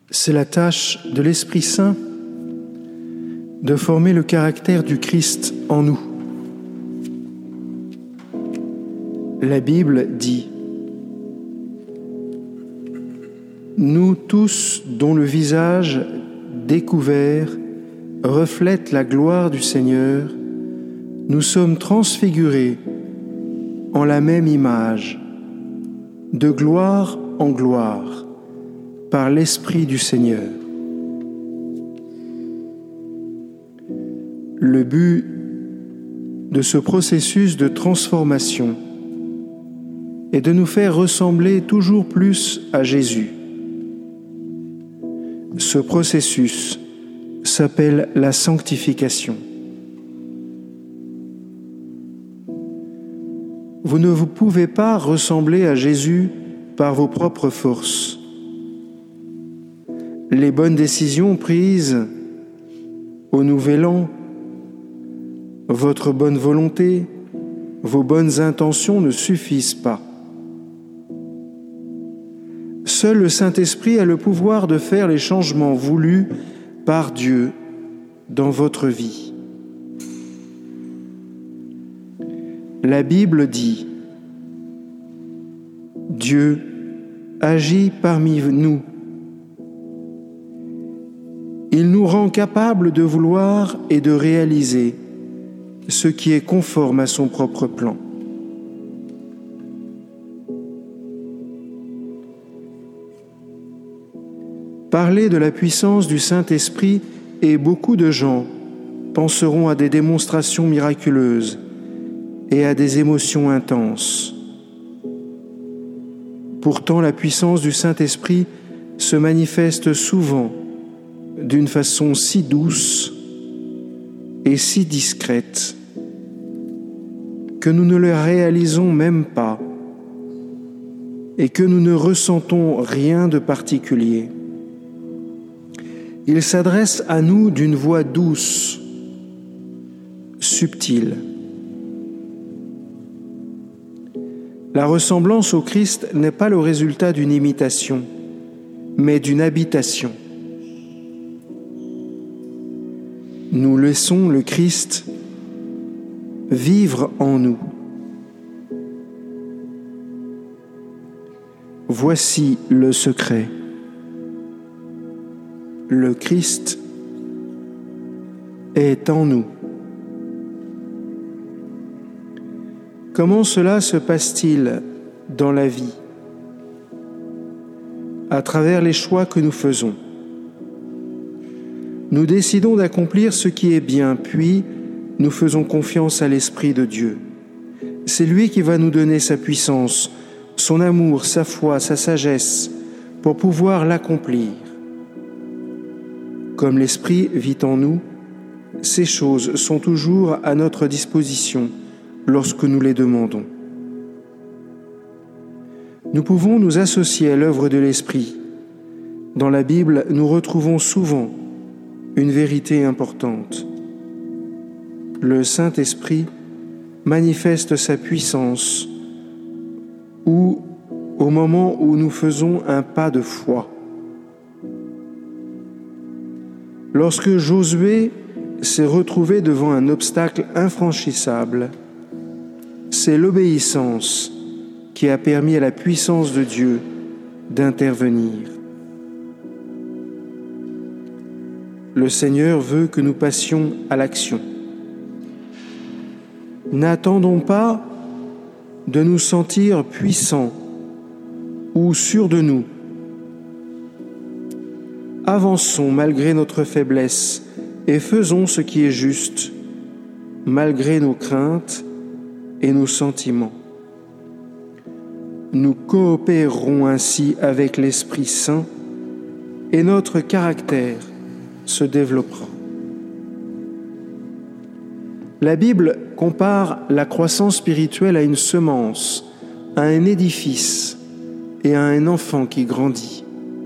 C'est la tâche de l'Esprit Saint de former le caractère du Christ en nous. La Bible dit « Nous tous dont le visage découvert reflète la gloire du Seigneur, nous sommes transfigurés en la même image, de gloire en gloire, par l'Esprit du Seigneur. » Le but de ce processus de transformation est de nous faire ressembler toujours plus à Jésus. Ce processus s'appelle la sanctification. Vous ne pouvez pas ressembler à Jésus par vos propres forces. Les bonnes décisions prises au Nouvel An, votre bonne volonté, vos bonnes intentions ne suffisent pas. Seul le Saint-Esprit a le pouvoir de faire les changements voulus par Dieu dans votre vie. La Bible dit « Dieu agit parmi nous. Il nous rend capables de vouloir et de réaliser ce qui est conforme à son propre plan. » Parler de la puissance du Saint-Esprit et beaucoup de gens penseront à des démonstrations miraculeuses et à des émotions intenses. Pourtant, la puissance du Saint-Esprit se manifeste souvent d'une façon si douce et si discrète que nous ne le réalisons même pas et que nous ne ressentons rien de particulier. Il s'adresse à nous d'une voix douce, subtile. La ressemblance au Christ n'est pas le résultat d'une imitation, mais d'une habitation. Nous laissons le Christ vivre en nous. Voici le secret. Le Christ est en nous. Comment cela se passe-t-il dans la vie? À travers les choix que nous faisons. Nous décidons d'accomplir ce qui est bien, puis nous faisons confiance à l'Esprit de Dieu. C'est lui qui va nous donner sa puissance, son amour, sa foi, sa sagesse, pour pouvoir l'accomplir. Comme l'Esprit vit en nous, ces choses sont toujours à notre disposition lorsque nous les demandons. Nous pouvons nous associer à l'œuvre de l'Esprit. Dans la Bible, nous retrouvons souvent une vérité importante. Le Saint-Esprit manifeste sa puissance au moment où nous faisons un pas de foi. Lorsque Josué s'est retrouvé devant un obstacle infranchissable, c'est l'obéissance qui a permis à la puissance de Dieu d'intervenir. Le Seigneur veut que nous passions à l'action. N'attendons pas de nous sentir puissants ou sûrs de nous. Avançons malgré notre faiblesse et faisons ce qui est juste, malgré nos craintes et nos sentiments. Nous coopérerons ainsi avec l'Esprit Saint et notre caractère se développera. La Bible compare la croissance spirituelle à une semence, à un édifice et à un enfant qui grandit.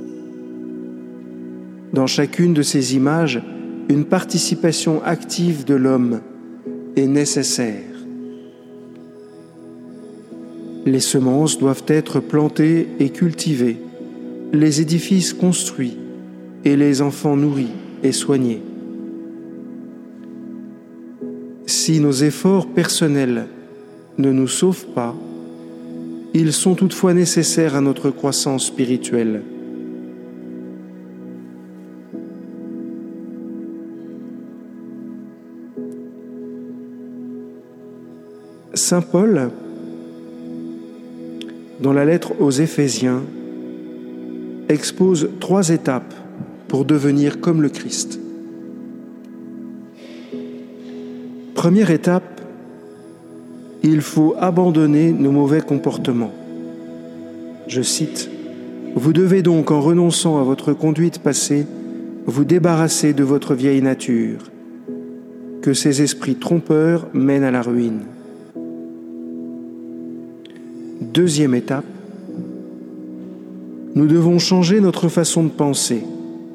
Dans chacune de ces images, une participation active de l'homme est nécessaire. Les semences doivent être plantées et cultivées, les édifices construits et les enfants nourris et soignés. Si nos efforts personnels ne nous sauvent pas, ils sont toutefois nécessaires à notre croissance spirituelle. Saint Paul, dans la lettre aux Éphésiens, expose 3 étapes pour devenir comme le Christ. Première étape, il faut abandonner nos mauvais comportements. Je cite, « Vous devez donc, en renonçant à votre conduite passée, vous débarrasser de votre vieille nature, que ces esprits trompeurs mènent à la ruine. » Deuxième étape, nous devons changer notre façon de penser.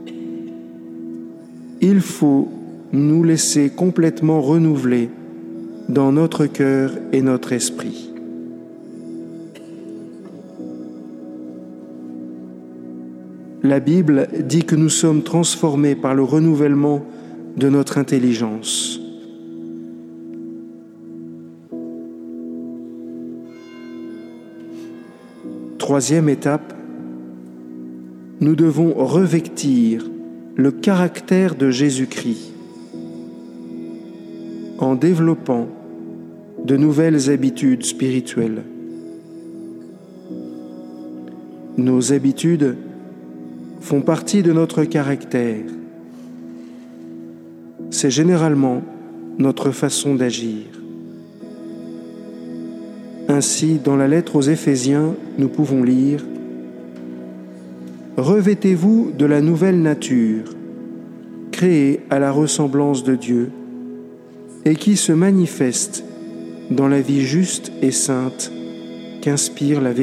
Il faut nous laisser complètement renouveler dans notre cœur et notre esprit. La Bible dit que nous sommes transformés par le renouvellement de notre intelligence. Troisième étape, nous devons revêtir le caractère de Jésus-Christ en développant de nouvelles habitudes spirituelles. Nos habitudes font partie de notre caractère. C'est généralement notre façon d'agir. Ainsi, dans la lettre aux Éphésiens, nous pouvons lire « Revêtez-vous de la nouvelle nature, créée à la ressemblance de Dieu, et qui se manifeste dans la vie juste et sainte qu'inspire la vérité. »